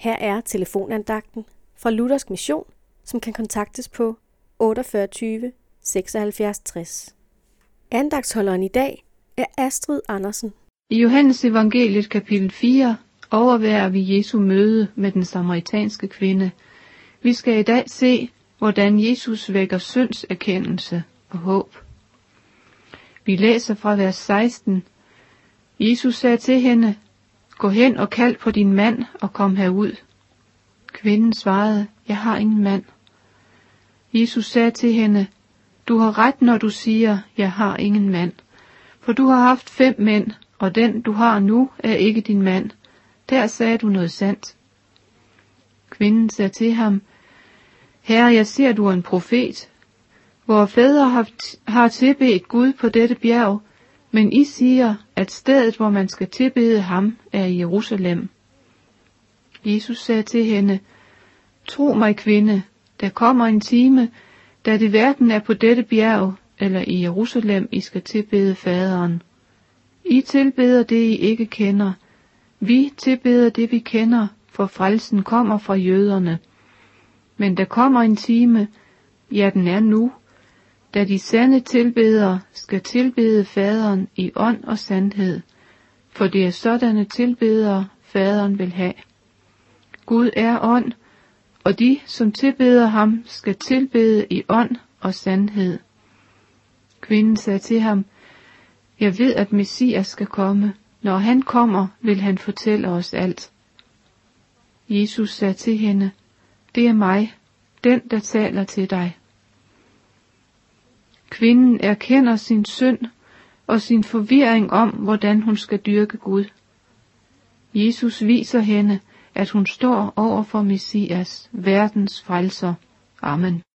Her er telefonandagten fra Luthersk Mission, som kan kontaktes på 48 76 60. Andagtsholderen i dag er Astrid Andersen. I Johannes evangeliet kapitel 4 overværer vi Jesu møde med den samaritanske kvinde. Vi skal i dag se, hvordan Jesus vækker syndserkendelse og håb. Vi læser fra vers 16. Jesus sagde til hende, gå hen og kald på din mand og kom herud. Kvinden svarede, jeg har ingen mand. Jesus sagde til hende, du har ret, når du siger, jeg har ingen mand. For du har haft 5 mænd, og den du har nu er ikke din mand. Der sagde du noget sandt. Kvinden sagde til ham, Herre, jeg ser du er en profet. Vore fædre har tilbedt Gud på dette bjerg, men I siger, at stedet, hvor man skal tilbede ham, er i Jerusalem. Jesus sagde til hende, tro mig, kvinde, der kommer en time, da det hverken er på dette bjerg eller i Jerusalem, I skal tilbede faderen. I tilbeder det, I ikke kender. Vi tilbeder det, vi kender, for frelsen kommer fra jøderne. Men der kommer en time, ja, den er nu, da de sande tilbedere skal tilbede faderen i ånd og sandhed, for det er sådanne tilbedere, faderen vil have. Gud er ånd, og de, som tilbeder ham, skal tilbede i ånd og sandhed. Kvinden sagde til ham, jeg ved, at Messias skal komme. Når han kommer, vil han fortælle os alt. Jesus sagde til hende, det er mig, den der taler til dig. Kvinden erkender sin synd og sin forvirring om, hvordan hun skal dyrke Gud. Jesus viser hende, at hun står over for Messias, verdens frelser. Amen.